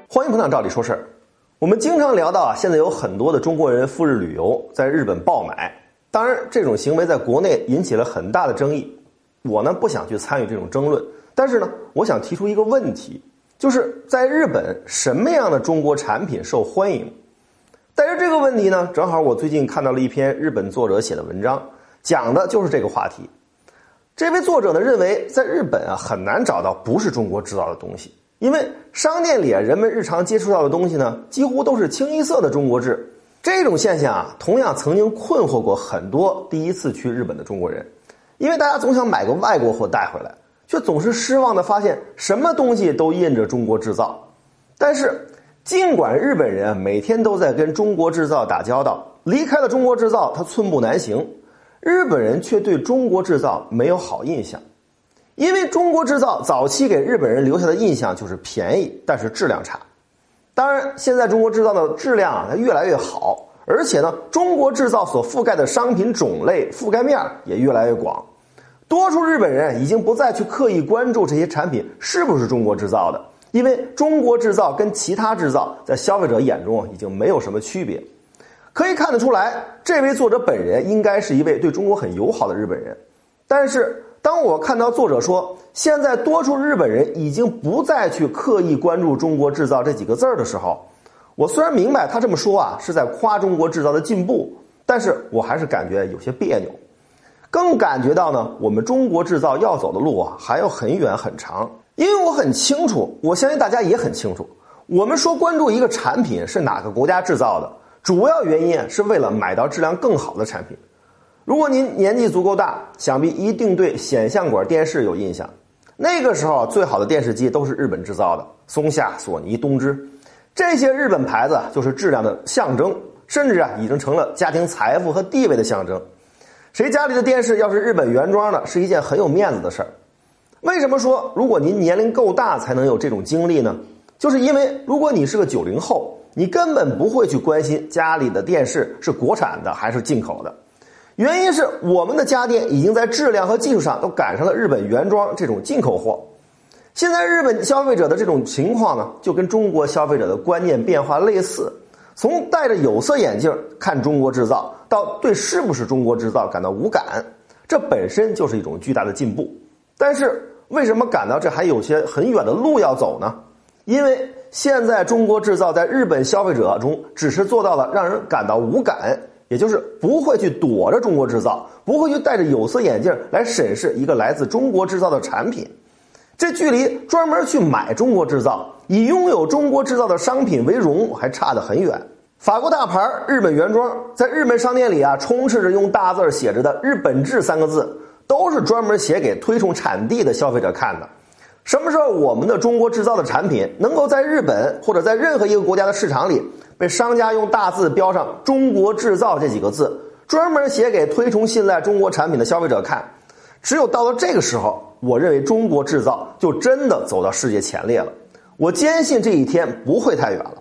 欢迎捧场，照理说事儿。我们经常聊到现在有很多的中国人赴日旅游，在日本爆买。当然，这种行为在国内引起了很大的争议。我呢不想去参与这种争论，但是呢，我想提出一个问题，就是在日本什么样的中国产品受欢迎？带着这个问题呢，正好我最近看到了一篇日本作者写的文章，讲的就是这个话题。这位作者呢认为，在日本很难找到不是中国制造的东西。因为商店里人们日常接触到的东西呢，几乎都是清一色的中国制。这种现象同样曾经困惑过很多第一次去日本的中国人。因为大家总想买个外国货带回来，却总是失望地发现什么东西都印着中国制造。但是尽管日本人每天都在跟中国制造打交道，离开了中国制造他寸步难行，日本人却对中国制造没有好印象。因为中国制造早期给日本人留下的印象就是便宜，但是质量差。当然，现在中国制造的质量它越来越好，而且呢，中国制造所覆盖的商品种类覆盖面也越来越广。多数日本人已经不再去刻意关注这些产品是不是中国制造的，因为中国制造跟其他制造在消费者眼中已经没有什么区别。可以看得出来，这位作者本人应该是一位对中国很友好的日本人。但是当我看到作者说现在多数日本人已经不再去刻意关注中国制造这几个字的时候，我虽然明白他这么说是在夸中国制造的进步，但是我还是感觉有些别扭。更感觉到呢，我们中国制造要走的路还要很远很长。因为我很清楚，我相信大家也很清楚，我们说关注一个产品是哪个国家制造的，主要原因是为了买到质量更好的产品。如果您年纪足够大，想必一定对显像管电视有印象。那个时候最好的电视机都是日本制造的，松下、索尼、东芝，这些日本牌子就是质量的象征，甚至已经成了家庭财富和地位的象征。谁家里的电视要是日本原装的，是一件很有面子的事儿。为什么说如果您年龄够大才能有这种经历呢？就是因为如果你是个90后，你根本不会去关心家里的电视是国产的还是进口的。原因是我们的家电已经在质量和技术上都赶上了日本原装这种进口货。现在日本消费者的这种情况呢，就跟中国消费者的观念变化类似，从戴着有色眼镜看中国制造到对是不是中国制造感到无感，这本身就是一种巨大的进步。但是为什么感到这还有些很远的路要走呢？因为现在中国制造在日本消费者中只是做到了让人感到无感，也就是不会去躲着中国制造，不会去戴着有色眼镜来审视一个来自中国制造的产品。这距离专门去买中国制造，以拥有中国制造的商品为荣还差得很远。法国大牌日本原装在日本商店里充斥着用大字写着的日本制3个字，都是专门写给推崇产地的消费者看的。什么时候我们的中国制造的产品能够在日本或者在任何一个国家的市场里被商家用大字标上中国制造这几个字，专门写给推崇信赖中国产品的消费者看，只有到了这个时候，我认为中国制造就真的走到世界前列了。我坚信这一天不会太远了。